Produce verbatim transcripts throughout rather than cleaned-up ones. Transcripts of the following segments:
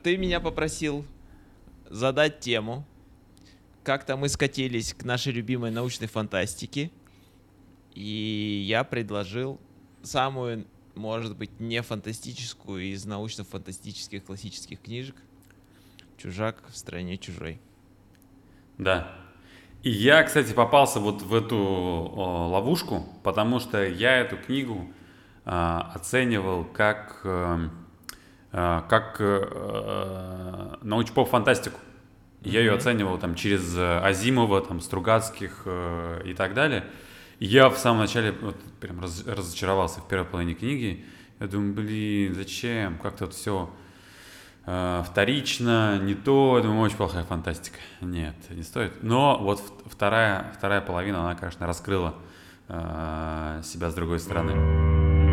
ты меня попросил задать тему. Как-то мы скатились к нашей любимой научной фантастике. И я предложил самую, может быть, не фантастическую из научно-фантастических классических книжек «Чужак в стране чужой». Да. И я, кстати, попался вот в эту о, ловушку, потому что я эту книгу а, оценивал как, э, а, как э, научпоп-фантастику. Я ее Угу. оценивал там через э, Азимова, там, Стругацких э, и так далее. И я в самом начале вот, прям раз- разочаровался в первой половине книги. Я думаю, блин, зачем? Как-то вот все э, вторично, не то. Я думаю, очень плохая фантастика. Нет, не стоит. Но вот в- вторая, вторая половина, она, конечно, раскрыла э, себя с другой стороны.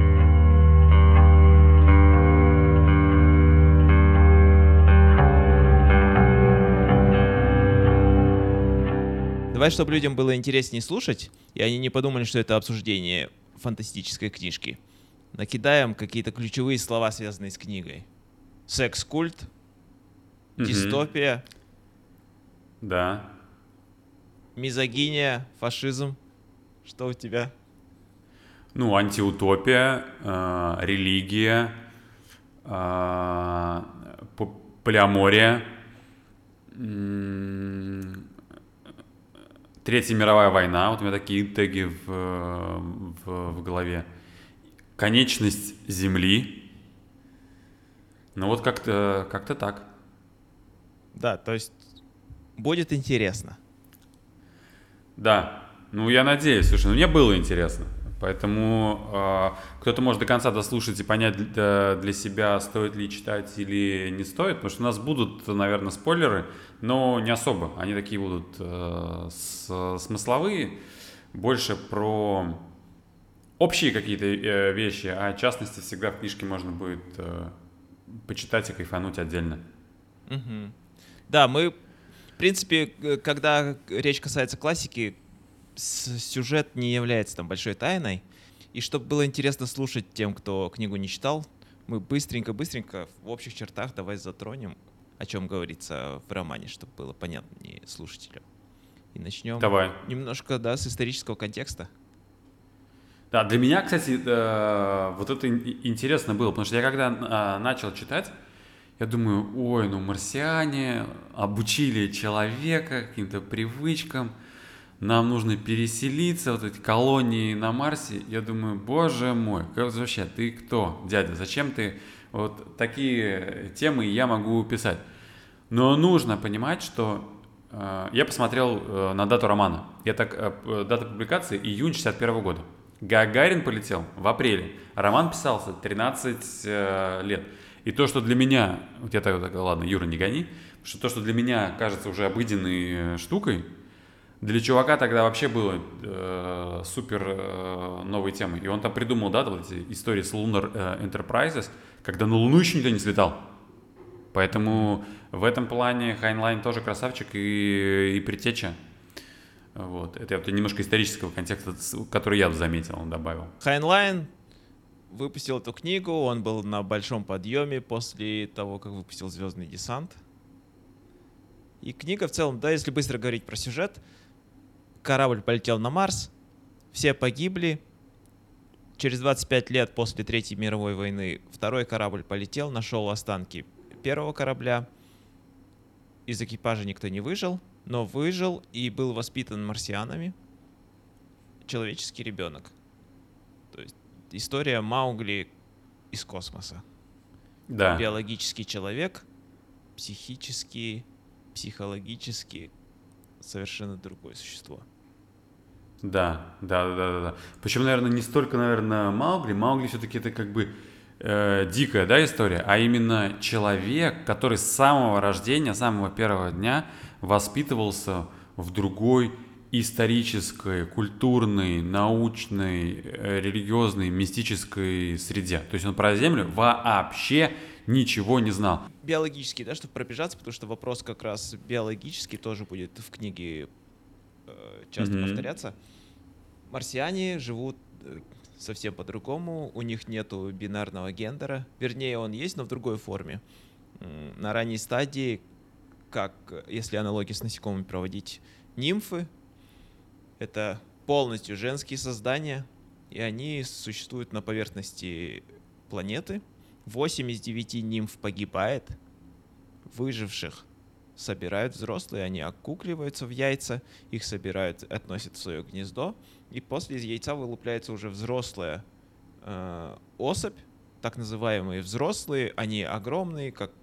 Давай, чтобы людям было интереснее слушать, и они не подумали, что это обсуждение фантастической книжки, накидаем какие-то ключевые слова, связанные с книгой. Секс-культ, Мгм. дистопия, Да. мизогиния, фашизм. Что у тебя? Ну, антиутопия, э, религия, э, по- полиамория, м, Третья мировая война, вот у меня такие теги в, в, в голове. Конечность Земли. Ну вот как-то как-то так. Да, то есть будет интересно. Да, ну я надеюсь, слушай, ну мне было интересно. Поэтому э, кто-то может до конца дослушать и понять для, для себя, стоит ли читать или не стоит. Потому что у нас будут, наверное, спойлеры, но не особо. Они такие будут э, с- смысловые, больше про общие какие-то э, вещи, а частности всегда в книжке можно будет э, почитать и кайфануть отдельно. Мгм. Да, мы, в принципе, к- когда речь касается классики, с- сюжет не является там большой тайной. И чтобы было интересно слушать тем, кто книгу не читал, мы быстренько-быстренько в общих чертах давай затронем, о чем говорится в романе, чтобы было понятнее слушателю. И начнем Давай. немножко, да, с исторического контекста. Да, для меня, кстати, э, вот это ин- интересно было, потому что я когда а, начал читать, я думаю, ой, ну марсиане обучили человека каким-то привычкам, нам нужно переселиться, вот эти колонии на Марсе. Я думаю, боже мой, как вообще, ты кто, дядя, зачем ты вот такие темы я могу писать? Но нужно понимать, что э, я посмотрел э, на дату романа. Это э, дата публикации июнь шестьдесят первого года. Гагарин полетел в апреле. Роман писался тринадцать э, лет. И то, что для меня, вот я так, так, ладно, Юра, не гони, потому что то, что для меня кажется уже обыденной э, штукой, для чувака тогда вообще было э, супер э, новой темой. И он там придумал, да, вот эти истории с Lunar э, Enterprises, когда на Луну еще никто не слетал. Мгм. Поэтому в этом плане Хайнлайн тоже красавчик и, и предтеча. Вот. Это вот немножко исторического контекста, который я заметил, он добавил. Хайнлайн выпустил эту книгу, он был на большом подъеме после того, как выпустил «Звездный десант». И книга в целом, да, если быстро говорить про сюжет, корабль полетел на Марс, все погибли. Через двадцать пять лет после Третьей мировой войны второй корабль полетел, нашел останки первого корабля. Из экипажа никто не выжил, но выжил и был воспитан марсианами человеческий ребенок. То есть история Маугли из космоса. Да, Биологический человек, психически, психологически совершенно другое существо. да, да, да, да, да. Причем, наверное, не столько, наверное, Маугли. Маугли все-таки это как бы э, дикая, да, история, а именно человек, который с самого рождения, с самого первого дня воспитывался в другой исторической, культурной, научной, э, религиозной, мистической среде. То есть он про Землю вообще ничего не знал. Биологический, да, чтобы пробежаться, потому что вопрос как раз биологический тоже будет в книге э, часто Мгм. повторяться. Марсиане живут э, совсем по-другому, у них нету бинарного гендера, вернее он есть, но в другой форме. м, на ранней стадии, как, если аналогии с насекомыми проводить, нимфы — это полностью женские создания, и они существуют на поверхности планеты. Восемь из девяти нимф погибает, выживших собирают взрослые, они окукливаются в яйца, их собирают, относят в свое гнездо, и после из яйца вылупляется уже взрослая э, особь, так называемые взрослые, они огромные, как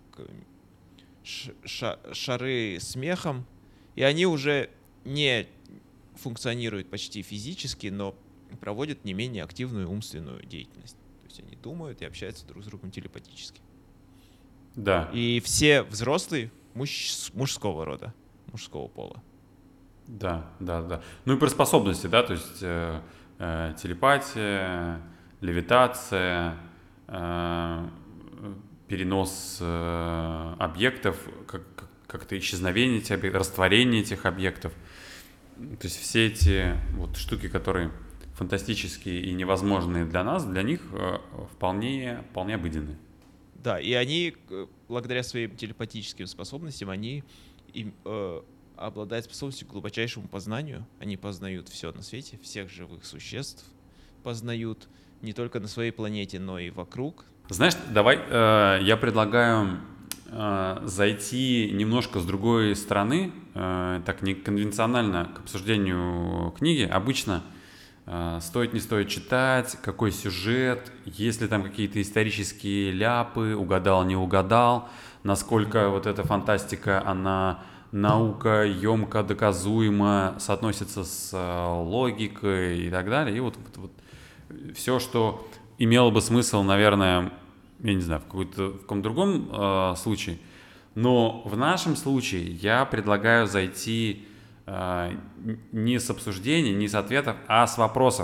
ш- ша- шары с мехом, и они уже не функционируют почти физически, но проводят не менее активную умственную деятельность. То есть они думают и общаются друг с другом телепатически. Да. И все взрослые муж- мужского рода, мужского пола. Да, да, да. Ну и про способности, да, то есть э, э, телепатия, левитация, э, перенос э, объектов, как, как- как-то исчезновение этих объектов, растворение этих объектов. То есть все эти вот штуки, которые фантастические и невозможные для нас, для них э, вполне, вполне обыденны. Да, и они, э, благодаря своим телепатическим способностям, они им, э, обладают способностью к глубочайшему познанию. Они познают все на свете, всех живых существ познают не только на своей планете, но и вокруг. Знаешь, давай э, я предлагаю э, зайти немножко с другой стороны, э, так неконвенционально к обсуждению книги. Обычно э, стоит, не стоит читать, какой сюжет, есть ли там какие-то исторические ляпы, угадал, не угадал, насколько вот эта фантастика, она наука, емко, доказуемо, соотносится с э, логикой и так далее. И вот, вот, вот все, что имело бы смысл, наверное, я не знаю, в, какой-то, в каком-то другом э, случае. Но в нашем случае я предлагаю зайти э, не с обсуждений, не с ответов, а с вопросов.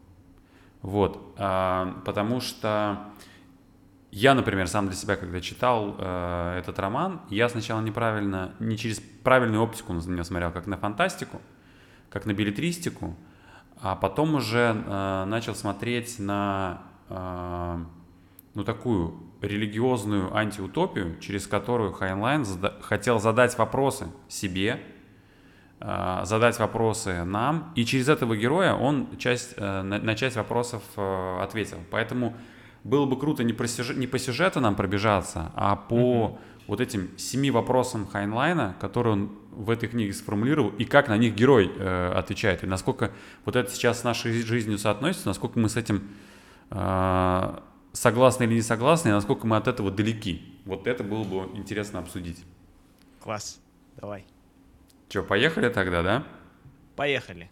Вот. Э, потому что я, например, сам для себя, когда читал э, этот роман, я сначала неправильно, не через правильную оптику на него смотрел, как на фантастику, как на беллетристику, а потом уже э, начал смотреть на э, ну, такую религиозную антиутопию, через которую Хайнлайн зада- хотел задать вопросы себе, э, задать вопросы нам, и через этого героя он часть, э, на, на часть вопросов э, ответил. Поэтому было бы круто не, про сюжет, не по сюжету нам пробежаться, а по mm-hmm. вот этим семи вопросам Хайнлайна, которые он в этой книге сформулировал, и как на них герой э, отвечает, и насколько вот это сейчас с нашей жизнью соотносится, насколько мы с этим э, согласны или не согласны, и насколько мы от этого далеки. Вот это было бы интересно обсудить. Класс, давай. Че, поехали тогда, да? Поехали.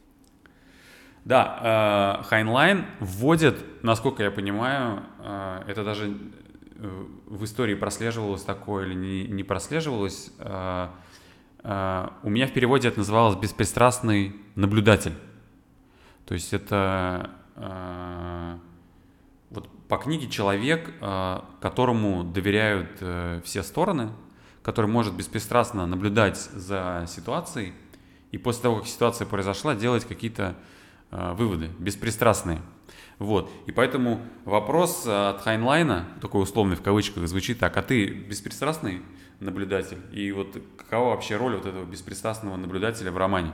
Да, э, Хайнлайн вводит, насколько я понимаю, э, это даже э, в истории прослеживалось такое или не, не прослеживалось, э, э, у меня в переводе это называлось «беспристрастный наблюдатель». То есть это э, вот по книге человек, э, которому доверяют э, все стороны, который может беспристрастно наблюдать за ситуацией и после того, как ситуация произошла, делать какие-то выводы, беспристрастные. Вот. И поэтому вопрос от Хайнлайна, такой условный в кавычках, звучит так: а ты беспристрастный наблюдатель? И вот какова вообще роль вот этого беспристрастного наблюдателя в романе?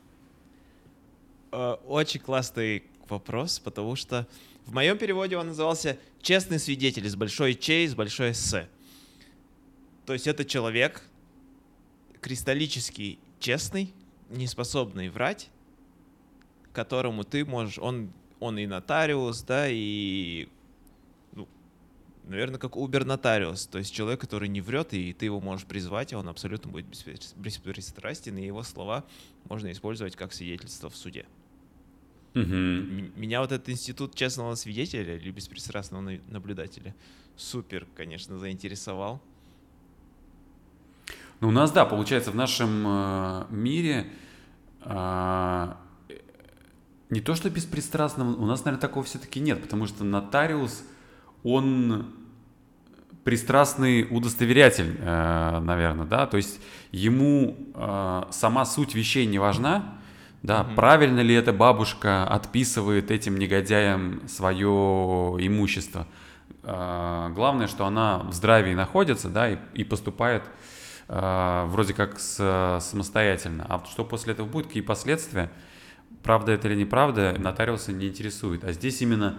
Очень классный вопрос, потому что в моем переводе он назывался «Честный свидетель» с большой Ч и с большой С. То есть это человек кристаллически честный, не способный врать, которому ты можешь, он, он и нотариус, да, и, ну, наверное, как Uber-нотариус, то есть человек, который не врет, и ты его можешь призвать, и он абсолютно будет беспристрастен, и его слова можно использовать как свидетельство в суде. Угу. М- меня вот этот институт честного свидетеля или беспристрастного наблюдателя супер, конечно, заинтересовал. Ну, у нас, да, получается, в нашем э, мире э, не то, что беспристрастным, у нас, наверное, такого все-таки нет, потому что нотариус, он пристрастный удостоверятель, э, наверное, да, то есть ему э, сама суть вещей не важна, да, mm-hmm. правильно ли эта бабушка отписывает этим негодяям свое имущество, э, главное, что она в здравии находится, да, и, и поступает э, вроде как с, самостоятельно. А что после этого будет, какие последствия, правда это или неправда, нотариуса не интересует. А здесь именно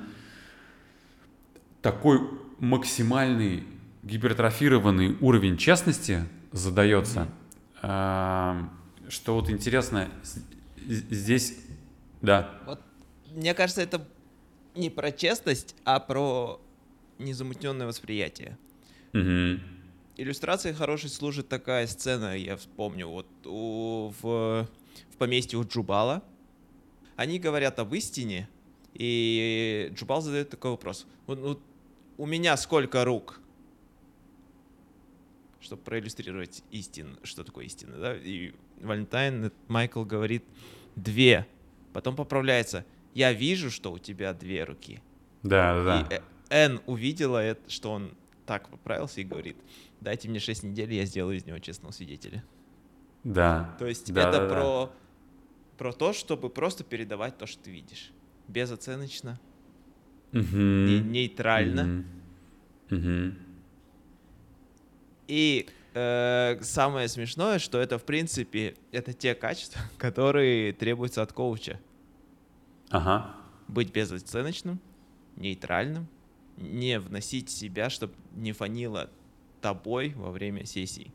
такой максимальный гипертрофированный уровень честности задается, mm-hmm. э, что вот интересно, здесь, да. Вот, мне кажется, это не про честность, а про незамутненное восприятие. Mm-hmm. Иллюстрацией хорошей служит такая сцена, я вспомню, вот у, в, в поместье у Джубала. Они говорят об истине, и Джубал задает такой вопрос. Вот, вот, у меня сколько рук? Чтобы проиллюстрировать истину, что такое истина, да? И Валентайн, Майкл говорит две. Потом поправляется. Я вижу, что у тебя две руки. Да, да. И Энн увидела, это, что он так поправился и говорит, дайте мне шесть недель, я сделаю из него честного свидетеля. Да. То есть да, это да, про, да. про то, чтобы просто передавать то, что ты видишь. Безоценочно, Uh-huh. не, нейтрально. Uh-huh. Uh-huh. И э, самое смешное, что это, в принципе, это те качества, которые требуются от коуча. Ага. Быть безоценочным, нейтральным, не вносить себя, чтобы не фанило тобой во время сессии.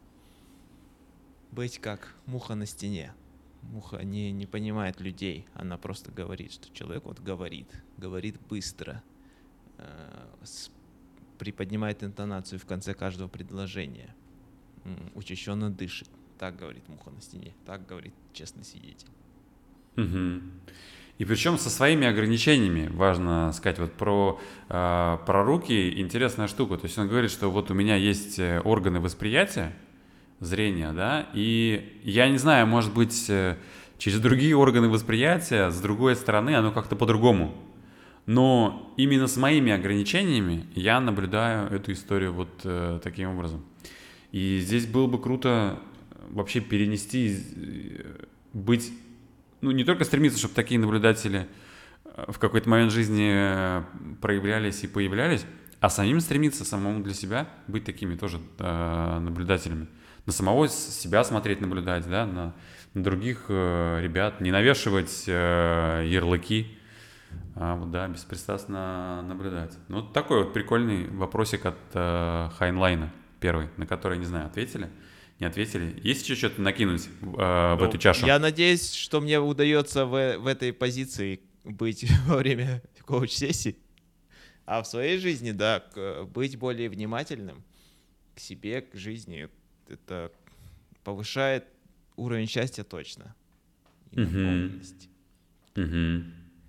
Быть как муха на стене. Муха не, не понимает людей, она просто говорит, что человек вот говорит, говорит быстро, э, с, приподнимает интонацию в конце каждого предложения, м, учащенно дышит. Так говорит муха на стене, так говорит честный свидетель. Угу. И причем со своими ограничениями, важно сказать, вот про, э, про руки интересная штука. То есть он говорит, что вот у меня есть органы восприятия, зрения, да, и я не знаю, может быть, через другие органы восприятия, с другой стороны, оно как-то по-другому. Но именно с моими ограничениями я наблюдаю эту историю вот э, таким образом. И здесь было бы круто вообще перенести, быть, ну не только стремиться, чтобы такие наблюдатели в какой-то момент жизни проявлялись и появлялись, а самим стремиться, самому для себя быть такими тоже э, наблюдателями. На самого себя смотреть, наблюдать, да, на, на других э, ребят, не навешивать э, ярлыки, а вот, да, беспристрастно наблюдать. Ну, вот такой вот прикольный вопросик от э, Хайнлайна, первый, на который, не знаю, ответили, не ответили. Есть еще что-то накинуть э, в Ну, эту чашу? Я надеюсь, что мне удается в, в этой позиции быть во время коуч-сессии, а в своей жизни, да, к, быть более внимательным к себе, к жизни. Это повышает уровень счастья точно. И наполненности. Uh-huh.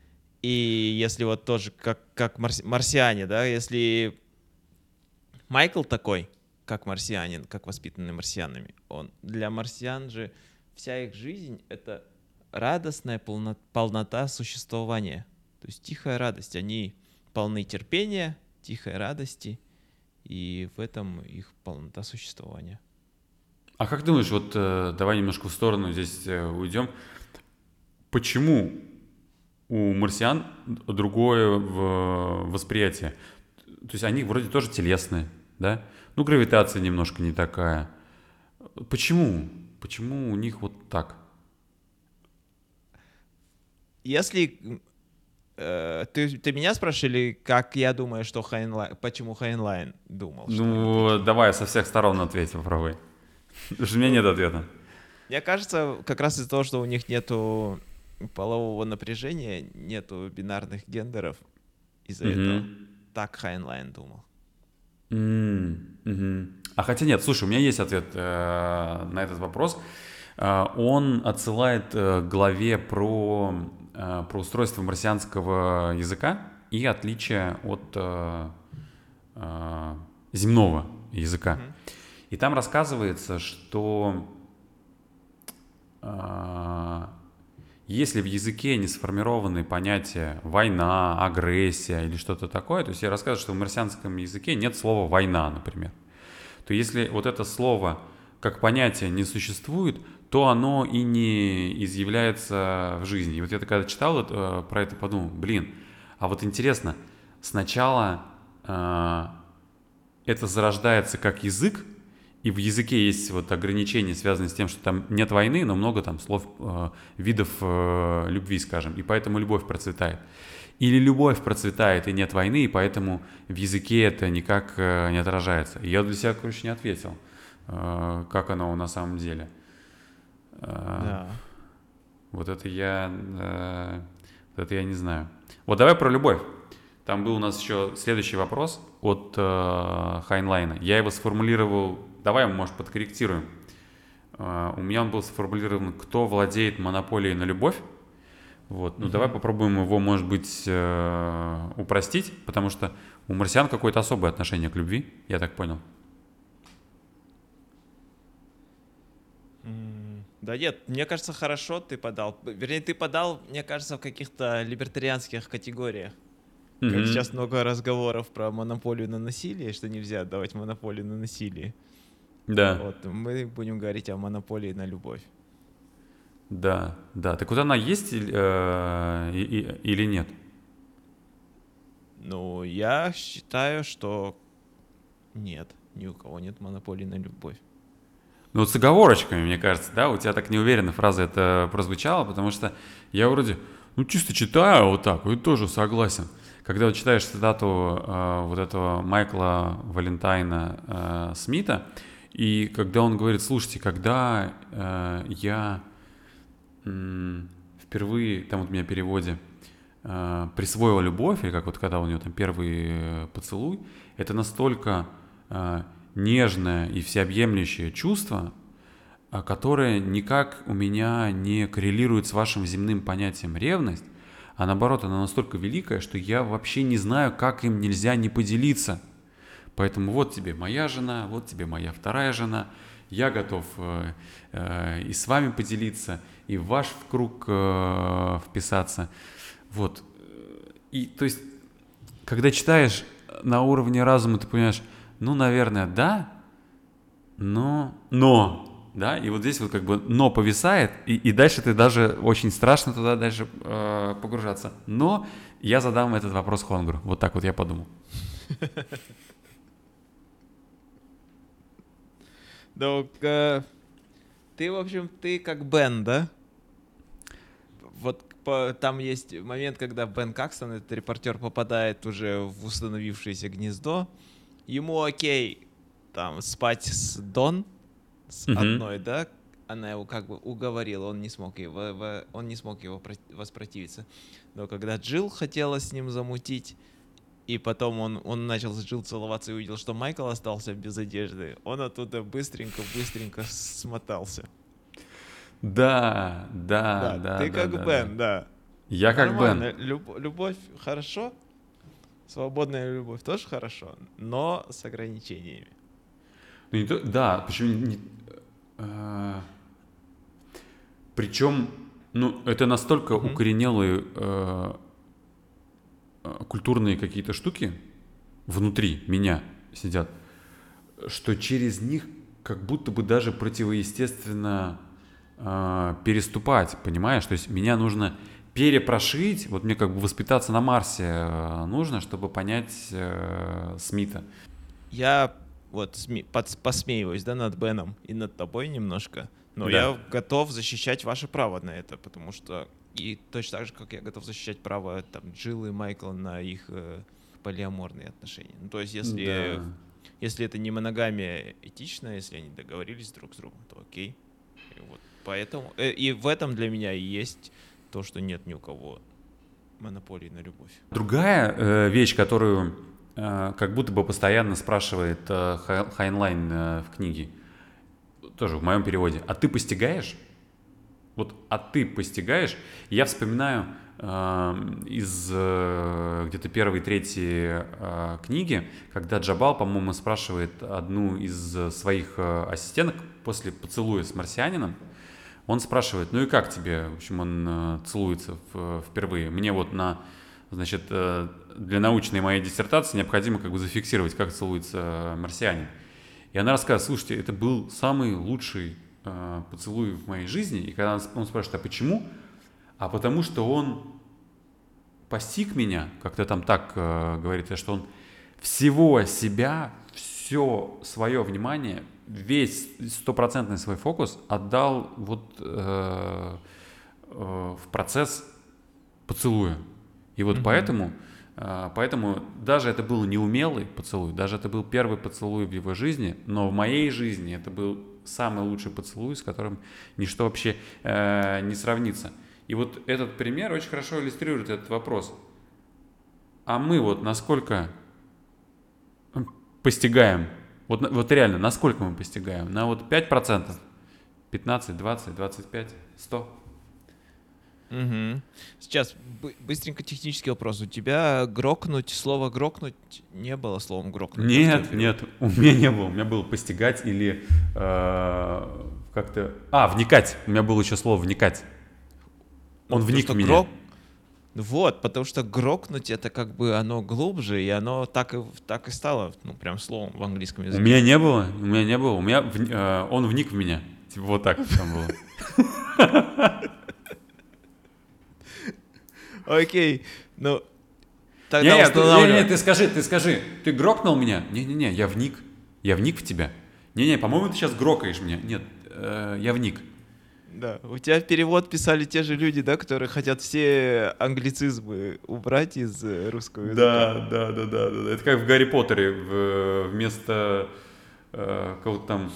И если вот тоже как, как марс, марсиане, да, если Майкл такой, как марсианин, как воспитанный марсианами, он для марсиан же вся их жизнь — это радостная полнота, полнота существования. То есть тихая радость. Они полны терпения, тихой радости, и в этом их полнота существования. А как думаешь, вот э, давай немножко в сторону здесь э, уйдем. Почему у марсиан другое в, восприятие? То есть они вроде тоже телесные, да? Ну, гравитация немножко не такая. Почему? Почему у них вот так? Если э, ты, ты меня спрашивали, как я думаю, что Хайнлайн, почему Хайнлайн думал? Ну, давай со всех сторон ответь, попробуй. Потому что у меня нет ответа. Мне кажется, как раз из-за того, что у них нету полового напряжения, нету бинарных гендеров, из-за mm-hmm. этого так Хайнлайн думал. Mm-hmm. А хотя нет, слушай, у меня есть ответ э, на этот вопрос. Э, он отсылает э, к главе про, э, про устройство марсианского языка и отличия от э, э, земного языка. Mm-hmm. И там рассказывается, что э, если в языке не сформированы понятия война, агрессия или что-то такое, то есть я рассказываю, что в марсианском языке нет слова война, например, то если вот это слово как понятие не существует, то оно и не изъявляется в жизни. И вот я когда читал это, про это, подумал, блин, а вот интересно, сначала э, это зарождается как язык, и в языке есть вот ограничения, связанные с тем, что там нет войны, но много там слов, э, видов э, любви, скажем, и поэтому любовь процветает. Или любовь процветает и нет войны, и поэтому в языке это никак э, не отражается. И я для себя, короче, не ответил, э, как оно на самом деле. Э, Да. Вот это я, э, вот это я не знаю. Вот давай про любовь. Там был у нас еще следующий вопрос от э, Хайнлайна. Я его сформулировал, давай, может, подкорректируем. Э, у меня он был сформулирован: кто владеет монополией на любовь. Вот. Ну, Мгм. давай попробуем его, может быть, э, упростить, потому что у марсиан какое-то особое отношение к любви, я так понял. М, Да нет, мне кажется, хорошо ты подал. Вернее, ты подал, мне кажется, в каких-то либертарианских категориях. Как Мгм. сейчас много разговоров про монополию на насилие, что нельзя отдавать монополию на насилие. Да, Вот, мы будем говорить о монополии на любовь. да, да. Так вот она есть или, э, и- и- или нет? Ну, я считаю, что нет, ни у кого нет монополии на любовь. Ну вот с оговорочками, мне кажется, да, у тебя так неуверенно фраза это прозвучала, потому что я вроде, ну чисто читаю вот так, и тоже согласен. Когда вот читаешь цитату э, вот этого Майкла Валентайна э, Смита, и когда он говорит: слушайте, когда э, я м, впервые, там вот у меня в переводе, э, присвоил любовь, или как вот когда у него там первый э, поцелуй, это настолько э, нежное и всеобъемлющее чувство, а, которое никак у меня не коррелирует с вашим земным понятием ревность, а наоборот, она настолько великая, что я вообще не знаю, как им нельзя не поделиться. Поэтому вот тебе моя жена, вот тебе моя вторая жена. Я готов э, э, и с вами поделиться, и в ваш круг э, вписаться. Вот. И то есть, когда читаешь на уровне разума, ты понимаешь, ну, наверное, да, но, но, да, и вот здесь вот как бы но повисает, и, и дальше ты даже очень страшно туда дальше э, погружаться. Но я задам этот вопрос Хонгру. Вот так вот я подумал. Ну, э, ты, в общем, ты как Бен, да? Вот по- там есть момент, когда Бен Какстон, этот репортер, попадает уже в установившееся гнездо. Ему окей, там, спать с Дон, с Мгм. одной, да? Она его как бы уговорила, он не смог его, во- он не смог его про- воспротивиться. Но когда Джилл хотела с ним замутить, и потом он, он начал с Джилл целоваться и увидел, что Майкл остался без одежды, он оттуда быстренько-быстренько смотался. Да, да, Да, да, ты да, как да, да. Бен, да. Я как Бен. Нормально, люб- любовь хорошо, свободная любовь тоже хорошо, но с ограничениями. Ну, не то- да, почему не, э, причем, ну, это настолько Мгм. укоренелые э, э, культурные какие-то штуки внутри меня сидят, что через них как будто бы даже противоестественно э, переступать, понимаешь? То есть меня нужно перепрошить, вот мне как бы воспитаться на Марсе э, нужно, чтобы понять э, Смита. Я вот сме- подс- посмеиваюсь, да, над Беном и над тобой немножко, но Да. я готов защищать ваше право на это, потому что и точно так же, как я готов защищать право там Джилл и Майкла на их э, полиаморные отношения. Ну, то есть, если, Да. если это не моногамия этичная, если они договорились друг с другом, то окей. И вот поэтому, э, и в этом для меня и есть то, что нет ни у кого монополии на любовь. Другая э, вещь, которую э, как будто бы постоянно спрашивает э, Хай- Хайнлайн э, в книге, тоже в моем переводе: а ты постигаешь? Вот, а ты постигаешь? Я вспоминаю э, из э, где-то первой трети э, книги, когда Джабал, по-моему, спрашивает одну из своих э, ассистенток после поцелуя с марсианином. Он спрашивает: ну и как тебе? В общем, он э, целуется в- впервые. Мне вот на, значит, э, для научной моей диссертации необходимо как бы зафиксировать, как целуется э, марсианин. И она рассказывает: слушайте, это был самый лучший э, поцелуй в моей жизни. И когда он, он спрашивает: а почему? А потому что он постиг меня, как-то там так э, говорит, что он всего себя, все свое внимание, весь стопроцентный свой фокус отдал вот э, э, в процесс поцелуя. И вот Мгм. поэтому, э, поэтому даже это был неумелый поцелуй, даже это был первый поцелуй в его жизни, но в моей жизни это был самый лучший поцелуй, с которым ничто вообще э, не сравнится. И вот этот пример очень хорошо иллюстрирует этот вопрос. А мы вот насколько постигаем, вот, на- вот реально, насколько мы постигаем? На вот пять процентов, пятнадцать, двадцать, двадцать пять, сто. Мгм. Сейчас бы- быстренько технический вопрос. У тебя грокнуть, слово грокнуть не было словом грокнуть, да, в твоем Нет, переводе? нет, у меня не было. У меня было постигать или э, как-то... А, вникать. У меня было еще слово вникать. Ну, Он потому вник что в меня. грок... Вот, потому что грокнуть это как бы оно глубже, и оно так и, так и стало, ну, прям словом в английском У языке. меня не было, у меня не было. У меня вни- э, он вник в меня. Типа вот так там было. Окей, ну, тогда Не-не, ты, не-не, устанавливаем. ты скажи, ты скажи. Ты грокнул меня? Не-не-не, я вник. Я вник в тебя. Не-не, по-моему, ты сейчас грокаешь меня. Нет, э, я вник. Да, у тебя перевод писали те же люди, да, которые хотят все англицизмы убрать из э, русского языка. Да, да, да, да, да. Это как в Гарри Поттере в- вместо э, кого-то там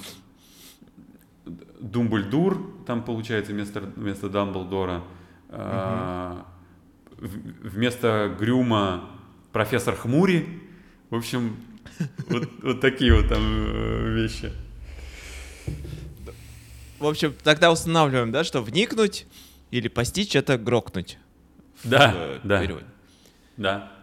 Думблдур, там получается вместо, вместо Дамблдора, Мгм. э, в- вместо Грюма профессор Хмури. В общем, вот, вот такие вот там э, вещи. В общем, тогда устанавливаем, да, что вникнуть или постичь это грокнуть в Да, э, да, переводе. да.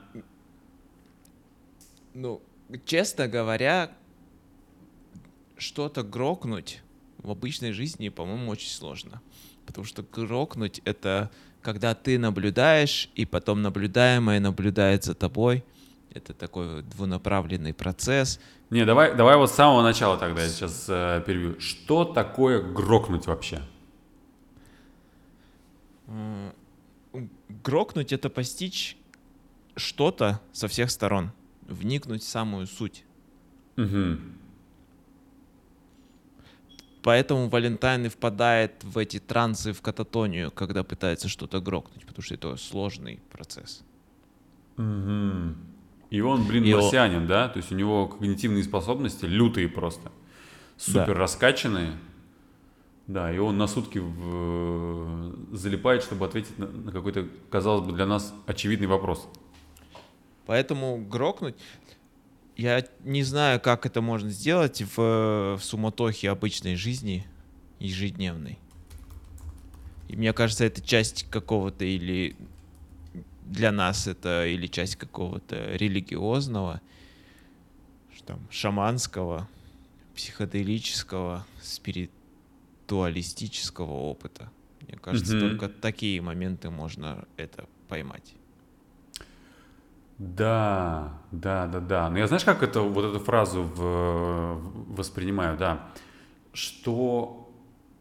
Ну, честно говоря, что-то грокнуть в обычной жизни, по-моему, очень сложно. Потому что грокнуть — это когда ты наблюдаешь, и потом наблюдаемое наблюдает за тобой. Это такой вот двунаправленный процесс. Не, давай, давай вот с самого начала тогда я сейчас э, перебью. Что такое грокнуть вообще? М, Грокнуть — это постичь что-то со всех сторон, вникнуть в самую суть. Угу. Поэтому Валентайн и впадает в эти трансы, в кататонию, когда пытается что-то грокнуть, потому что это сложный процесс. Угу. И он, блин, И о- марсианин, да? То есть у него когнитивные способности лютые просто. Супер Да. раскачанные. Да, и он на сутки в- залипает, чтобы ответить на, на какой-то, казалось бы, для нас очевидный вопрос. Поэтому грокнуть, я не знаю, как это можно сделать в, в суматохе обычной жизни, ежедневной. И мне кажется, это часть какого-то или для нас это или часть какого-то религиозного, ш- там, шаманского, психоделического, спиритуалистического опыта. Мне кажется, Мгм. только такие моменты можно это поймать. Да, да, да, да. Но я знаешь, как это, вот эту фразу в- в- воспринимаю, да, что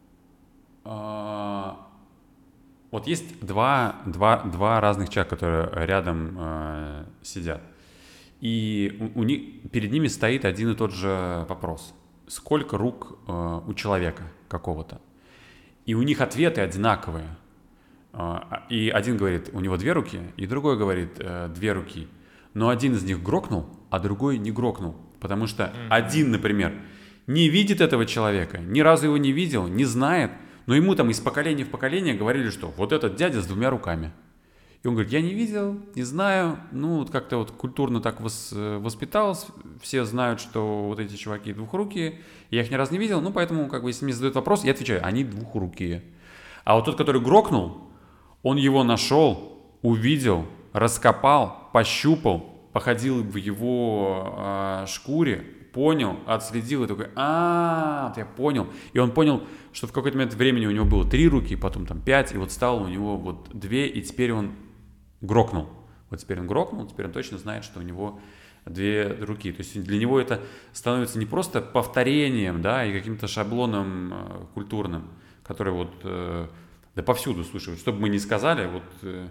а, вот есть два, два, два разных человека, которые рядом э, сидят. И у, у них, перед ними стоит один и тот же вопрос. Сколько рук э, у человека какого-то? И у них ответы одинаковые. А, И один говорит, у него две руки, и другой говорит, э, две руки. Но один из них грокнул, а другой не грокнул. Потому что один, например, не видит этого человека, ни разу его не видел, не знает, но ему там из поколения в поколение говорили, что вот этот дядя с двумя руками. И он говорит, я не видел, не знаю, ну вот как-то вот культурно так вос- э, воспитался, все знают, что вот эти чуваки двухрукие, я их ни разу не видел, ну поэтому как бы если мне задают вопрос, я отвечаю, они двухрукие. А вот тот, который грокнул, он его нашел, увидел, раскопал, пощупал, походил в его а, шкуре, понял, отследил и такой, а, я понял. И он понял, что в какой-то момент времени у него было три руки, потом там пять, и вот стало у него вот две, и теперь он грокнул. Вот теперь он грокнул, теперь он точно знает, что у него две руки. То есть для него это становится не просто повторением, да, и каким-то шаблоном э, культурным, который вот э, да повсюду слушают. Что бы мы ни сказали, вот э,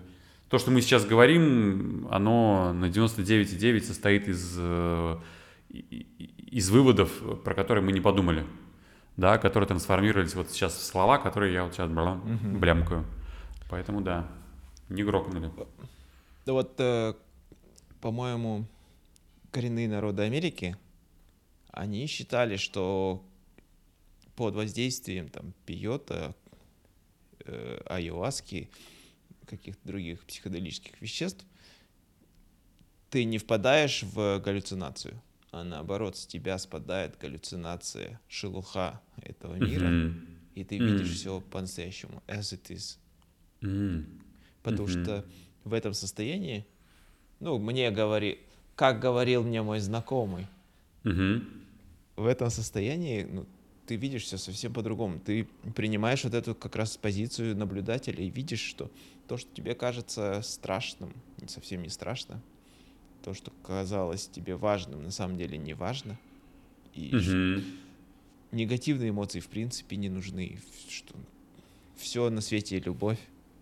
То, что мы сейчас говорим, оно на девяносто девять и девять состоит из, э, из выводов, про которые мы не подумали, да, которые трансформировались вот сейчас в слова, которые я вот сейчас бля- Мгм. блямкаю. Поэтому да, не грохнули. Да вот, э, по-моему, коренные народы Америки, они считали, что под воздействием там пиота, э, айуаски, каких-то других психоделических веществ, ты не впадаешь в галлюцинацию, а наоборот, с тебя спадает галлюцинация, шелуха этого мира, Мгм. и ты видишь М. все по-настоящему, as it is. М. Потому Мгм. что в этом состоянии, ну, мне говори, как говорил мне мой знакомый, Мгм. в этом состоянии, ну, ты видишь все совсем по-другому. Ты принимаешь вот эту как раз позицию наблюдателя и видишь, что то, что тебе кажется страшным, совсем не страшно. То, что казалось тебе важным, на самом деле не важно. И ш- Мгм. негативные эмоции в принципе не нужны. Что все на свете любовь.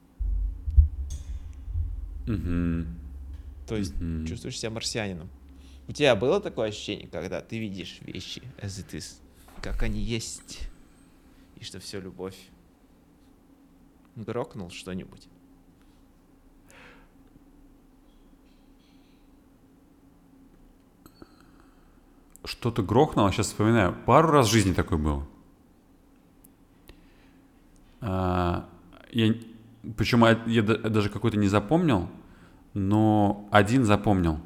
Мгм. То есть Мгм. чувствуешь себя марсианином. У тебя было такое ощущение, когда ты видишь вещи as it is, как они есть, и что все любовь? Грокнул что-нибудь? Что-то грохнуло, сейчас вспоминаю. Пару раз в жизни такой был. А, я, причем я, я да- даже какой-то не запомнил, но один запомнил.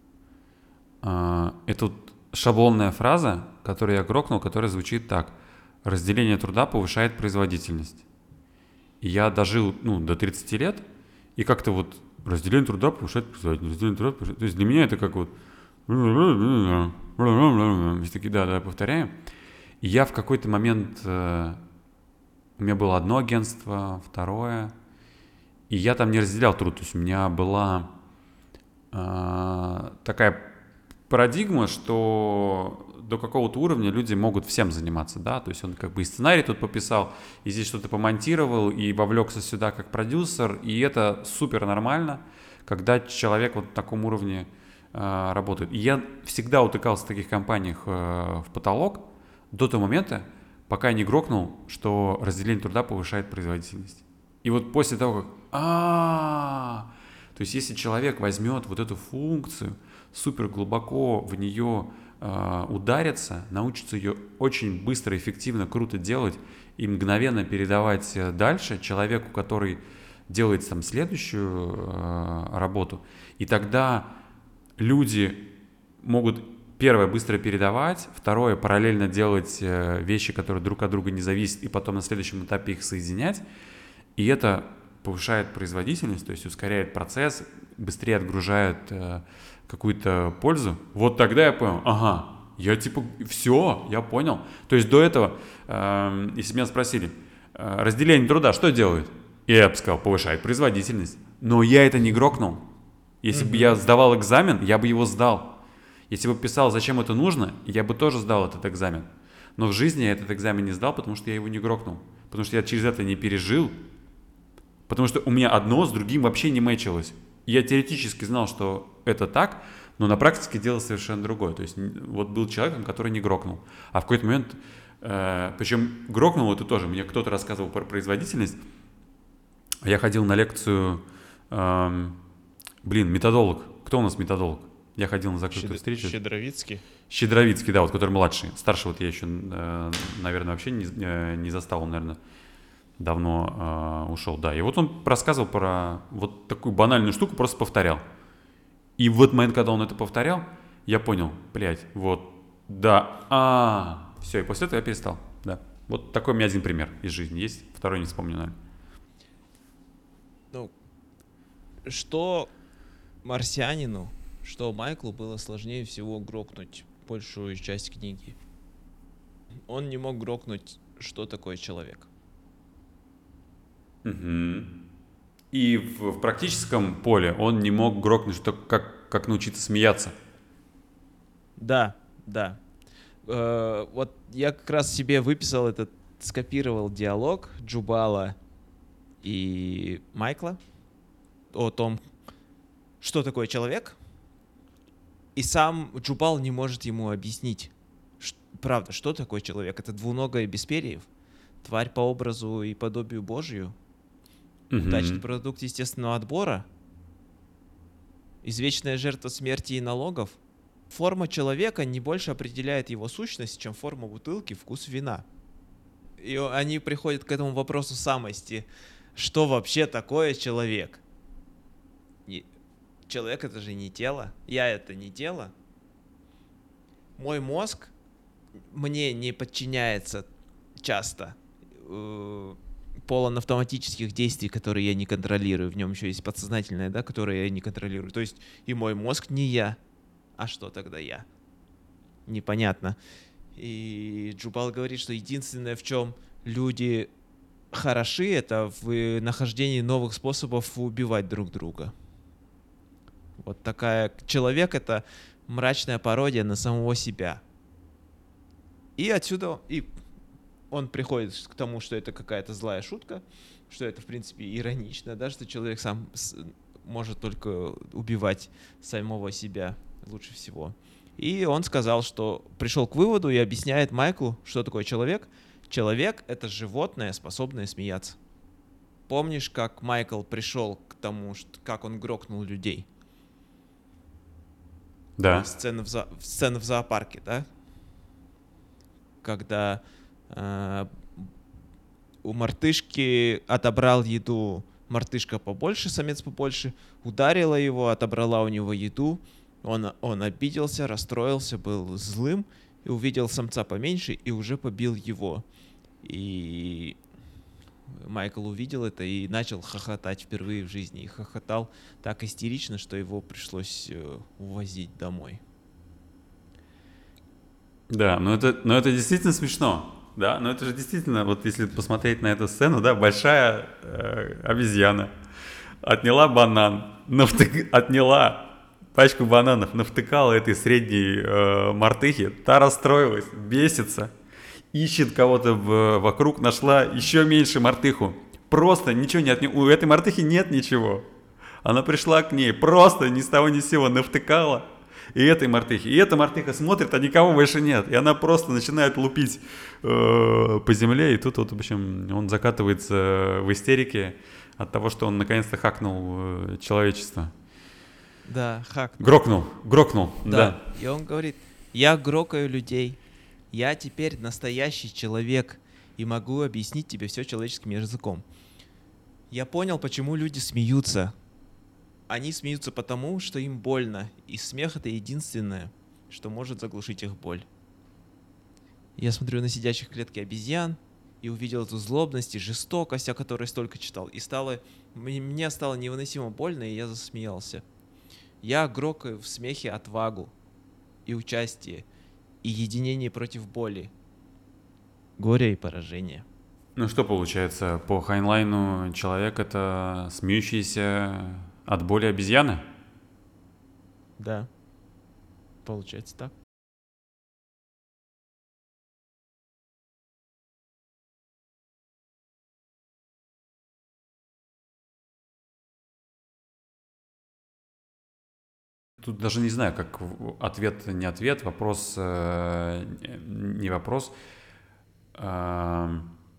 А, это вот шаблонная фраза, которую я грохнул, которая звучит так. Разделение труда повышает производительность. И я дожил, ну, до тридцати лет, и как-то вот разделение труда повышает производительность. Разделение труда повышает... То есть для меня это как вот... Все такие, да, да, повторяем. И я в какой-то момент... э, у меня было одно агентство, второе, и я там не разделял труд. То есть у меня была э, такая парадигма, что до какого-то уровня люди могут всем заниматься, да, то есть он как бы и сценарий тут пописал, и здесь что-то помонтировал, и вовлекся сюда как продюсер, и это супер нормально, когда человек вот на таком уровне э, работает. И я всегда утыкался в таких компаниях э, в потолок до того момента, пока я не грохнул, что разделение труда повышает производительность. И вот после того, как а то есть если человек возьмет вот эту функцию, супер глубоко в нее э, ударится, научится ее очень быстро, эффективно, круто делать и мгновенно передавать э, дальше человеку, который делает там следующую э, работу, и тогда люди могут первое быстро передавать, второе параллельно делать э, вещи, которые друг от друга не зависят, и потом на следующем этапе их соединять, и это повышает производительность, то есть ускоряет процесс, быстрее отгружает э, какую-то пользу. Вот тогда я понял, ага, я типа все, я понял. То есть до этого, э, если меня спросили, э, разделение труда что делает? И я бы сказал, повышает производительность. Но я это не грокнул. Если бы я Мгм. сдавал экзамен, я бы его сдал. Если бы писал, зачем это нужно, я бы тоже сдал этот экзамен. Но в жизни я этот экзамен не сдал, потому что я его не грокнул. Потому что я через это не пережил, потому что у меня одно с другим вообще не мэчилось. Я теоретически знал, что это так, но на практике делал совершенно другое. То есть вот был человеком, который не грокнул. А в какой-то момент, э, причем грокнул это тоже, мне кто-то рассказывал про производительность. Я ходил на лекцию, эм, блин, методолог. Кто у нас методолог? Я ходил на закрытую Щедр- встречу. Щедровицкий. Щедровицкий, да, вот который младший. Старший вот я еще, э, наверное, вообще не, э, не застал, он, наверное, давно э, ушел, да. И вот он рассказывал про вот такую банальную штуку, просто повторял. И в этот момент, когда он это повторял, я понял, блядь, вот, да, а, все, и после этого я перестал, да. Вот такой у меня один пример из жизни есть, второй не вспомню, наверное. Ну, что марсианину, что Майклу было сложнее всего грокнуть большую часть книги. Он не мог грокнуть, что такое человек. Мгм. И в, в практическом поле он не мог грокнуть, что как, как научиться смеяться. Да, да. Э, вот я как раз себе выписал этот, скопировал диалог Джубала и Майкла. о том, что такое человек, и сам Джубал не может ему объяснить, ш- правда, что такое человек. Это двуногое бесперьев, тварь по образу и подобию Божию, удачный Мгм. продукт естественного отбора, извечная жертва смерти и налогов. Форма человека не больше определяет его сущность, чем форма бутылки, вкус вина. И о- они приходят к этому вопросу самости. Что вообще такое человек? Не- Человек — это же не тело. Я — это не тело. Мой мозг мне не подчиняется часто. э, Полон автоматических действий, которые я не контролирую. В нем еще есть подсознательное, да, которое я не контролирую. То есть и мой мозг не я. А что тогда я? Непонятно. И Джубал говорит, что единственное, в чем люди хороши, это в нахождении новых способов убивать друг друга. Вот такая... Человек — это мрачная пародия на самого себя. И отсюда... И он приходит к тому, что это какая-то злая шутка, что это, в принципе, иронично, да, что человек сам с- может только убивать самого себя лучше всего. И он сказал, что пришел к выводу и объясняет Майклу, что такое человек. Человек — это животное, способное смеяться. Помнишь, как Майкл пришел к тому, что, как он грохнул людей? Э, Да. Сцена в, зо- сцена в зоопарке, да? Когда э, у мартышки отобрал еду мартышка побольше, самец побольше, ударила его, отобрала у него еду, он, он обиделся, расстроился, был злым, и увидел самца поменьше и уже побил его. И Майкл увидел это и начал хохотать впервые в жизни. И хохотал так истерично, что его пришлось э, увозить домой. Да, но это, но это действительно смешно. Да, но это же действительно, вот если посмотреть на эту сцену, да, большая э, обезьяна отняла банан, навтык- отняла пачку бананов, навтыкала этой средней э, мартыхи, та расстроилась, бесится, ищет кого-то в- вокруг, нашла еще меньше мартыху. Просто ничего не отняла. У этой мартыхи нет ничего. Она пришла к ней, просто ни с того ни с сего навтыкала. И этой мартыхи. И эта мартыха смотрит, а никого больше нет. И она просто начинает лупить э, по земле. И тут вот, в общем, он закатывается в истерике от того, что он наконец-то хакнул э, человечество. Да, хакнул. Грокнул, грокнул, Да, да. и он говорит, я грокаю людей, я теперь настоящий человек и могу объяснить тебе все человеческим языком. Я понял, почему люди смеются. Они смеются потому, что им больно, и смех — это единственное, что может заглушить их боль. Я смотрю на сидящих в клетке обезьян и увидел эту злобность и жестокость, о которой столько читал, и стало... мне мне стало невыносимо больно, и я засмеялся. Я грокаю в смехе отвагу и участие, и единение против боли, горя и поражения. Ну что получается, по Хайнлайну человек это смеющийся от боли обезьяны? Да, получается так. Тут даже не знаю, как в- ответ, не ответ, вопрос, э, не вопрос. а,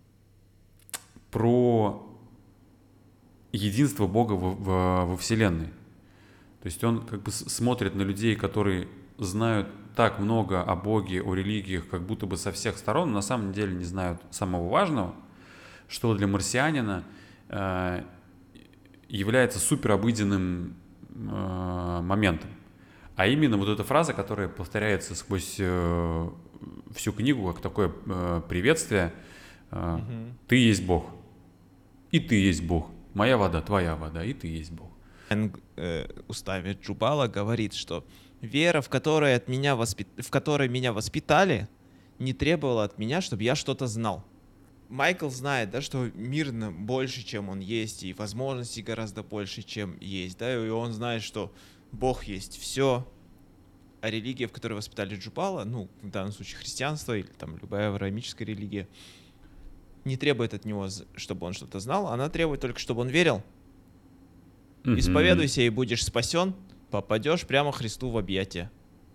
Про единство Бога во, во- во Вселенной. То есть он как бы с- смотрит на людей, которые знают так много о Боге, о религиях, как будто бы со всех сторон, но на самом деле не знают самого важного, что для марсианина э, является суперобыденным э, моментом. А именно вот эта фраза, которая повторяется сквозь э, всю книгу, как такое э, приветствие, э, Мгм. «Ты есть Бог, и ты есть Бог, моя вода, твоя вода, и ты есть Бог». Энг, э, устами Джубала говорит, что вера, в которой, от меня воспит... в которой меня воспитали, не требовала от меня, чтобы я что-то знал. Майкл знает, да, что мир на- больше, чем он есть, и возможностей гораздо больше, чем есть, да, и он знает, что Бог есть все, а религия, в которой воспитали Джубала, ну, в данном случае христианство или там любая авраамическая религия, не требует от него, з- чтобы он что-то знал, она требует только, чтобы он верил. Мгм. Исповедуйся и будешь спасен, попадешь прямо Христу в объятия.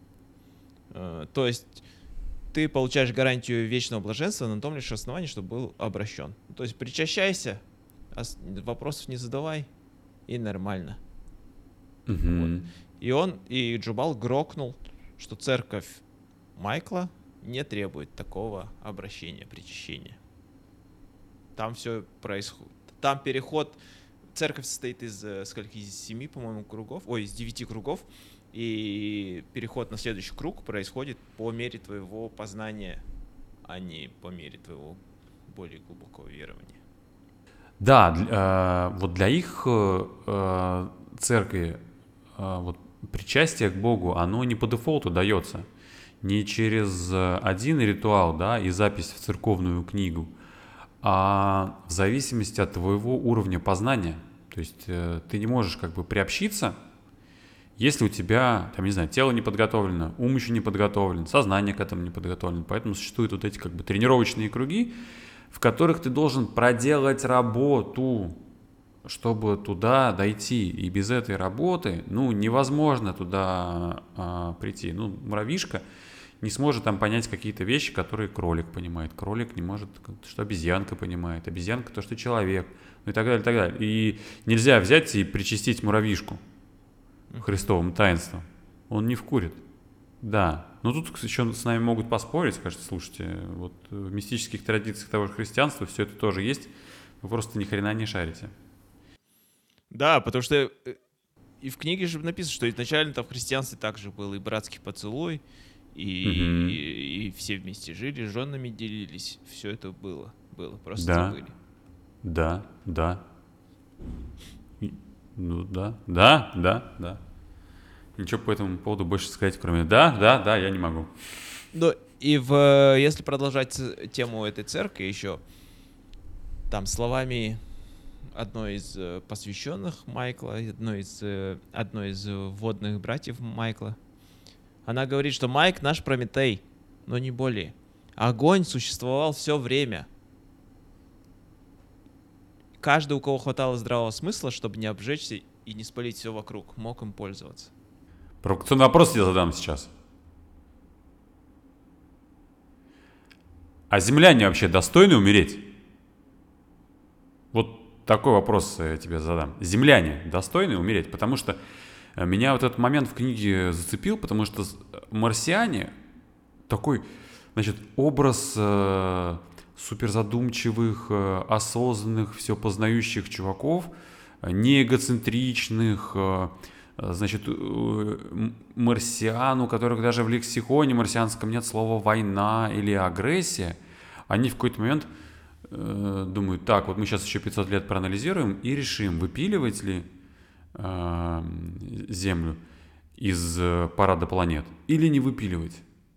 Э, То есть ты получаешь гарантию вечного блаженства на том лишь основании, что был обращен. То есть причащайся, ос- вопросов не задавай, и нормально. Вот. Мгм. И он, и Джубал грокнул, что церковь Майкла не требует такого обращения, причащения. Там все происходит. Там переход. Церковь состоит из э, скольки? Из семи, по-моему, кругов. Ой, из девяти кругов. И переход на следующий круг происходит по мере твоего познания, а не по мере твоего более глубокого верования. Да, дл- э, вот для их э, э, церкви э, вот причастие к Богу, оно не по дефолту дается, не через э, один ритуал, да, и запись в церковную книгу, а в зависимости от твоего уровня познания. То есть э, ты не можешь как бы приобщиться, если у тебя, там, не знаю, тело не подготовлено, ум еще не подготовлен, сознание к этому не подготовлено. Поэтому существуют вот эти как бы тренировочные круги, в которых ты должен проделать работу, чтобы туда дойти. И без этой работы, ну, невозможно туда а, прийти. Ну, муравьишка не сможет там понять какие-то вещи, которые кролик понимает. Кролик не может, что обезьянка понимает. Обезьянка то, что человек. Ну и так далее, и так далее. И нельзя взять и причастить муравьишку Мгм. Христовым таинством. Он не вкурит. Да. Но тут еще с нами могут поспорить, скажут, слушайте, вот в мистических традициях того же христианства все это тоже есть, вы просто ни хрена не шарите. Да, потому что э, и в книге же написано, что изначально там в христианстве также был и братский поцелуй, Мгм. и, и все вместе жили, с женами делились. Все это было. Было, просто Да, забыли. да, да. И- Ну да, да, да, да. Ничего по этому поводу больше сказать, кроме да, да, да, я не могу. Ну, и в, если продолжать ц- тему этой церкви еще, там словами одной из э, посвященных Майкла, одной из, э, одной из э, водных братьев Майкла, она говорит, что Майк наш Прометей, но не более. Огонь существовал все время. Каждый, у кого хватало здравого смысла, чтобы не обжечься и не спалить все вокруг, мог им пользоваться. Провокационный вопрос я задам сейчас. А земляне вообще достойны умереть? Вот такой вопрос я тебе задам. Земляне достойны умереть? Потому что э, меня вот этот момент в книге зацепил, потому что с- марсиане такой, значит, образ э, суперзадумчивых, э, осознанных, все познающих чуваков, э, неэгоцентричных, э, э, значит, э, м- марсиан, у которых даже в лексиконе марсианском нет слова «война» или «агрессия», они в какой-то момент э, думают, так, вот мы сейчас еще пятьсот лет проанализируем и решим, выпиливать ли э, Землю из э, парада планет или не выпиливать.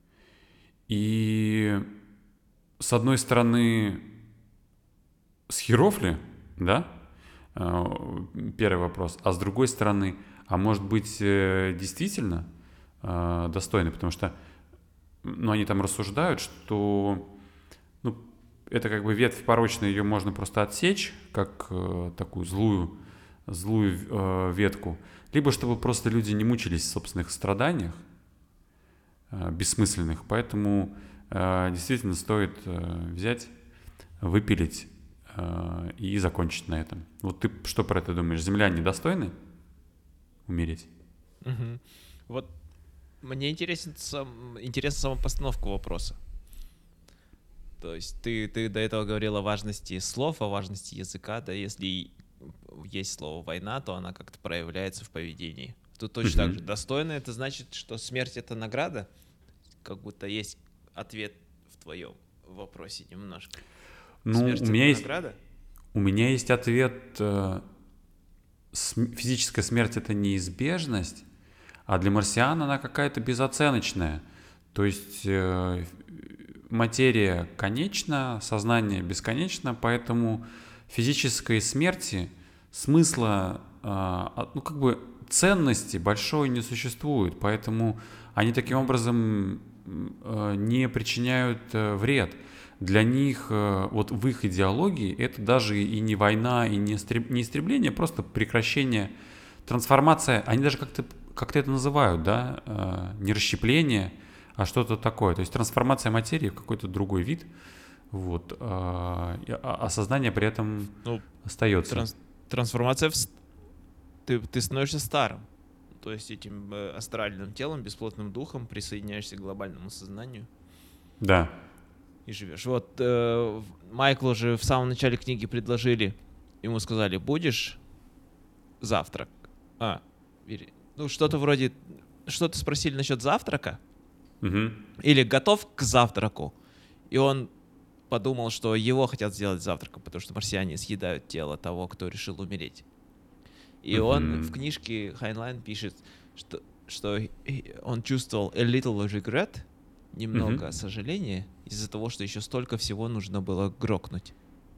И с одной стороны, с херов ли, да, Э, первый вопрос, а с другой стороны, а может быть э, действительно э, достойны, потому что, ну, они там рассуждают, что, ну, это как бы ветвь порочная, ее можно просто отсечь, как э, такую злую, злую э, ветку, либо чтобы просто люди не мучились в собственных страданиях, э, бессмысленных, поэтому э, действительно стоит э, взять, выпилить э, и закончить на этом. Вот ты что про это думаешь? Земляне достойны умереть? Мгм. Вот мне интересен сам, интересна сама постановка вопроса. То есть ты, ты до этого говорил о важности слов, о важности языка, да, если и есть слово «война», то она как-то проявляется в поведении. Тут точно так Мгм. же. Достойно — это значит, что смерть — это награда? Как будто есть ответ в твоем вопросе немножко. Ну, у Смерть — меня это есть, награда? у меня есть ответ. э, см- Физическая смерть — это неизбежность, а для марсиан она какая-то безоценочная. То есть э, материя конечна, сознание бесконечно, поэтому физической смерти смысла, э, а, ну как бы ценности большой не существует, поэтому они таким Мгм. образом м, э, не причиняют э, вред. Для них, э, вот в их идеологии, это даже и не война, и не истреб- не истребление, просто прекращение трансформация, они даже как-то как-то это называют, да, э, не расщепление, а что-то такое. То есть трансформация материи в какой-то другой вид, вот, а, и- а а сознание при этом Ну, остается. транс- трансформация в... с- Ты, ты становишься старым. То есть этим э, астральным телом, бесплотным духом присоединяешься к глобальному сознанию Да. и живешь. Вот э, в- Майклу же в самом начале книги предложили, ему сказали, будешь завтрак? А, или- ну что-то вроде, что-то спросили насчет завтрака, Мгм. или готов к завтраку. И он подумал, что его хотят сделать завтраком, потому что марсиане съедают тело того, кто решил умереть. И он в Мгм. книжке Хайнлайн пишет, что, что и- он чувствовал a little regret, немного Мгм. сожаления из-за того, что еще столько всего нужно было грокнуть.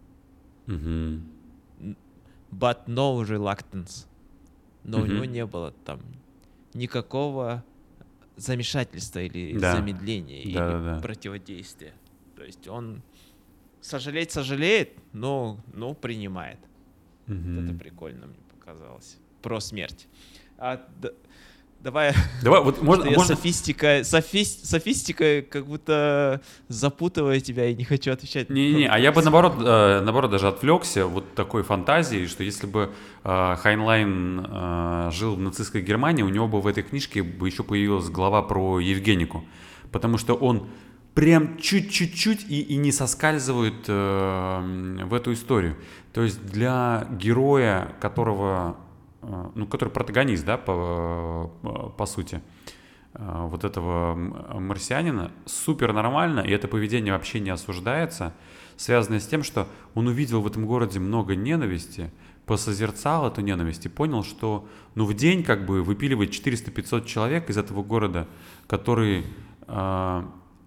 Мгм. Н- But no reluctance. Но у него Мгм. не было там никакого замешательства или Да. замедления, или Да-да-да. противодействия. То есть он сожалеть сожалеет, но ну, принимает. Вот это Мгм. прикольно мне показалось. Про смерть. А, д- давай, Давай, вот что можно, я можно... софистика, софис- софистика как будто запутываю тебя и не хочу отвечать на Не-не-не, а твой я бы вопрос. наоборот, э, наоборот даже отвлекся вот такой фантазией, что если бы э, Хайнлайн э, жил в нацистской Германии, у него бы в этой книжке бы еще появилась глава про Евгенику, потому что он прям чуть-чуть и, и не соскальзывает э, в эту историю. То есть для героя, которого, э, ну, который протагонист, да, по, по сути, э, вот этого м- марсианина, супер нормально, и это поведение вообще не осуждается, связанное с тем, что он увидел в этом городе много ненависти, посозерцал эту ненависть и понял, что ну, в день как бы выпиливать четыреста-пятьсот человек из этого города, которые э,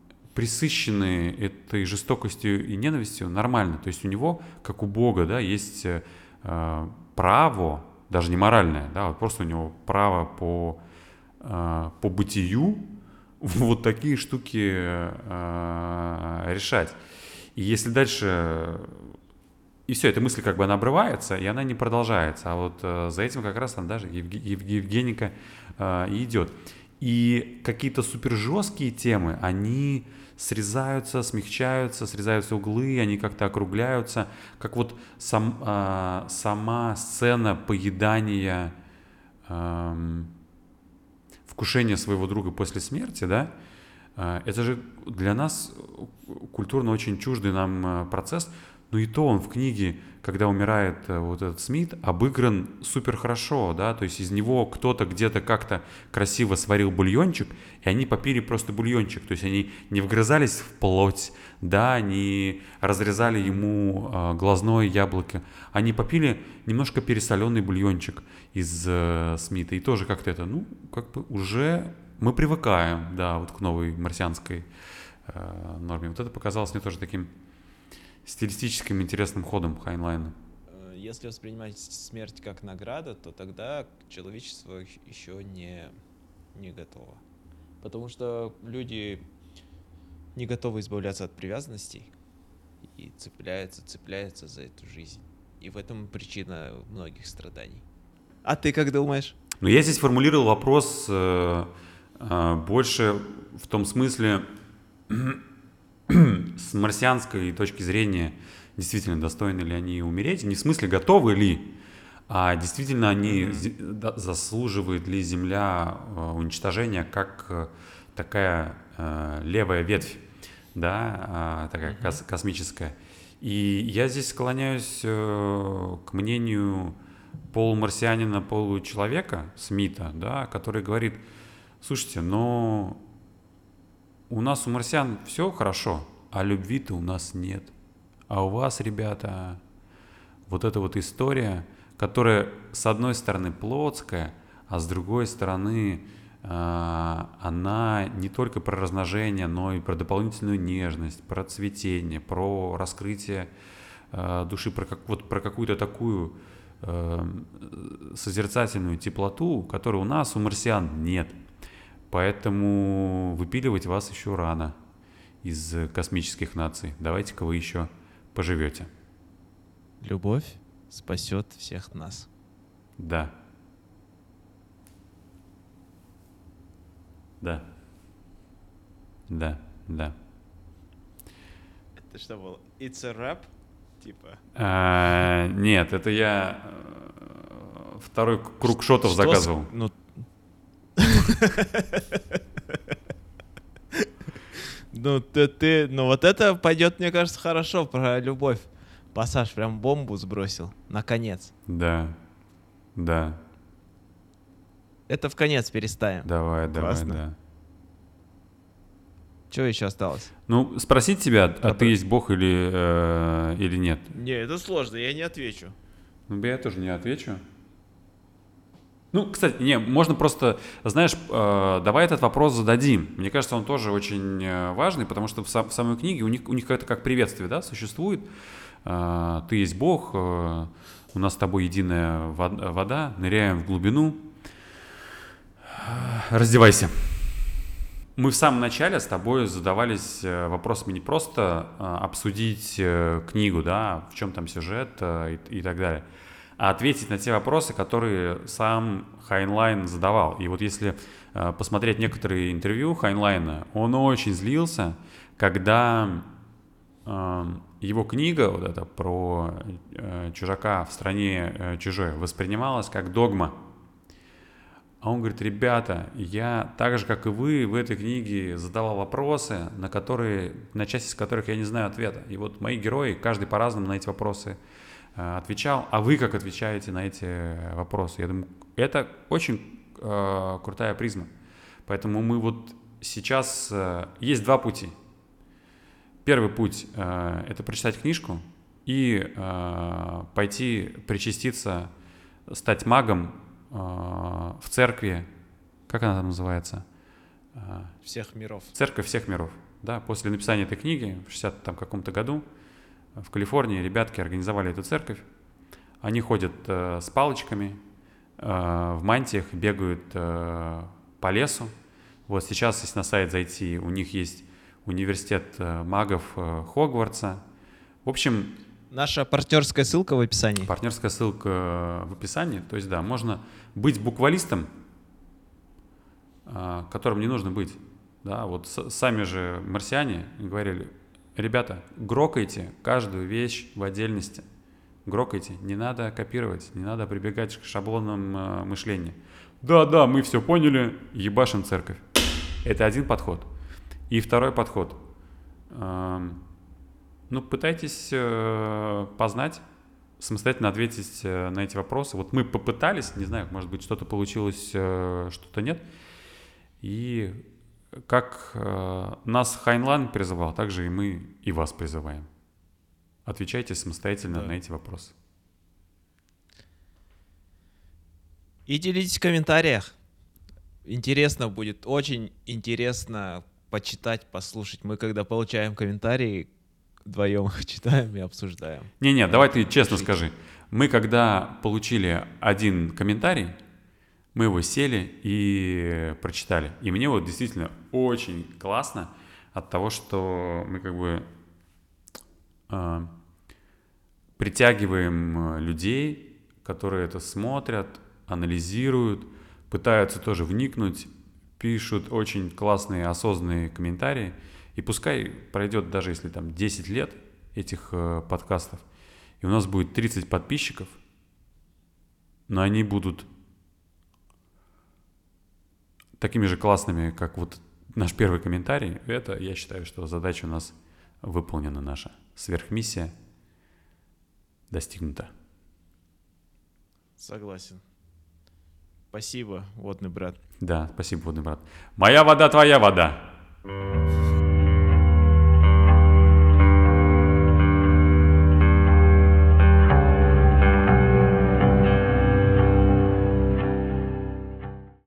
присыщены этой жестокостью и ненавистью, нормально. То есть у него, как у Бога, да, есть э, право, даже не моральное, да, вот просто у него право по э, по бытию вот такие штуки э, решать. И если дальше... И все, эта мысль как бы она обрывается, и она не продолжается. А вот э, за этим как раз она даже Евге- Ев- Евгеника э, и идет. И какие-то супер жесткие темы, они срезаются, смягчаются, срезаются углы, они как-то округляются. Как вот сам, э, сама сцена поедания эм, вкушение своего друга после смерти, да, а, это же для нас культурно очень чуждый нам а, процесс, но и то он в книге, когда умирает а, вот этот Смит, обыгран супер хорошо, да, то есть из него кто-то где-то как-то красиво сварил бульончик, и они попили просто бульончик, то есть они не вгрызались в плоть, да, не разрезали ему а, глазное яблоко, они попили немножко пересоленный бульончик из э, Смита, и тоже как-то это, ну, как бы уже мы привыкаем, да, вот к новой марсианской э, норме. Вот это показалось мне тоже таким стилистическим интересным ходом Хайнлайна. Э, Если воспринимать смерть как награда, то тогда человечество еще не, не готово. Потому что люди не готовы избавляться от привязанностей и цепляются, цепляются за эту жизнь. И в этом причина многих страданий. А ты как думаешь? Но я здесь формулировал вопрос э, э, больше в том смысле, с марсианской точки зрения, действительно достойны ли они умереть, не в смысле готовы ли, а действительно они Мгм. зе- да, заслуживает ли Земля э, уничтожения как э, такая э, левая ветвь, да, а, такая Мгм. кос- космическая. И я здесь склоняюсь э, к мнению полумарсианина, получеловека Смита, да, который говорит, слушайте, но у нас у марсиан все хорошо, а любви-то у нас нет. А у вас, ребята, вот эта вот история, которая с одной стороны плотская, а с другой стороны а, она не только про размножение, но и про дополнительную нежность, про цветение, про раскрытие а, души, про, как, вот, про какую-то такую а, созерцательную теплоту, которой у нас, у марсиан, нет. Поэтому выпиливать вас еще рано из космических наций. Давайте-ка вы еще поживете. Любовь спасет всех нас. Да. Да. Да, да. Это что было? It's a rap? Типа. А, нет, это я э, второй круг шотов Что с- заказывал. Ну, ну ты, ты, ну вот это пойдет, мне кажется, хорошо про любовь. Пассаж прям бомбу сбросил. Наконец. Да, да. Это в конец переставим. Давай, давай, Классно. да. Что еще осталось? Ну, спросить тебя, а Добро- ты есть Бог или, э, или нет? Не, это сложно, я не отвечу. Ну, я тоже не отвечу. Ну, кстати, не, можно просто, знаешь, э, давай этот вопрос зададим. Мне кажется, он тоже очень э, важный, потому что в, сам- в самой книге у них, у них это как приветствие, да, существует. Э, ты есть Бог, э, у нас с тобой единая вод- вода, ныряем в глубину. Раздевайся. Мы в самом начале с тобой задавались э, вопросами не просто э, обсудить э, книгу, да, в чем там сюжет э, и, и так далее, а ответить на те вопросы, которые сам Хайнлайн задавал. И вот если э, посмотреть некоторые интервью Хайнлайна, он очень злился, когда э, его книга, вот эта про э, чужака в стране э, чужой, воспринималась как догма. А он говорит: ребята, я так же, как и вы, в этой книге задавал вопросы, на которые, на часть из которых я не знаю ответа. И вот мои герои, каждый по-разному на эти вопросы э, отвечал. А вы как отвечаете на эти вопросы? Я думаю, это очень э, крутая призма. Поэтому мы вот сейчас... Э, есть два пути. Первый путь э, — это прочитать книжку и э, пойти причаститься, стать магом в церкви, как она там называется? Всех миров. Церковь всех миров. Да, после написания этой книги в шестидесятом каком-то году в Калифорнии ребятки организовали эту церковь. Они ходят э, с палочками, э, в мантиях, бегают э, по лесу. Вот сейчас, если на сайт зайти, у них есть университет э, магов э, Хогвартса. В общем... Наша партнерская ссылка в описании. Партнерская ссылка в описании. То есть, да, можно быть буквалистом, которым не нужно быть. Да, вот сами же марсиане говорили: ребята, грокайте каждую вещь в отдельности. Грокайте, не надо копировать, не надо прибегать к шаблонам мышления. Да, да, мы все поняли, ебашим церковь. Это один подход. И второй подход. Ну, пытайтесь э, познать, самостоятельно ответить э, на эти вопросы. Вот мы попытались, не знаю, может быть, что-то получилось, э, что-то нет. И как э, нас Хайнлайн призывал, так же и мы и вас призываем. Отвечайте самостоятельно Да. на эти вопросы. И делитесь в комментариях. Интересно будет, очень интересно почитать, послушать. Мы, когда получаем комментарии, вдвоем их читаем и обсуждаем. Не-не, Это давай ты честно пишите. скажи. Мы, когда получили один комментарий, мы его сели и прочитали. И мне вот действительно очень классно от того, что мы как бы э, притягиваем людей, которые это смотрят, анализируют, пытаются тоже вникнуть, пишут очень классные осознанные комментарии. И пускай пройдет, даже если там десять лет этих э, подкастов, и у нас будет тридцать подписчиков, но они будут такими же классными, как вот наш первый комментарий. Это, я считаю, что задача у нас выполнена, наша сверхмиссия достигнута. Согласен. Спасибо, водный брат. Да, спасибо, водный брат. Моя вода, твоя вода.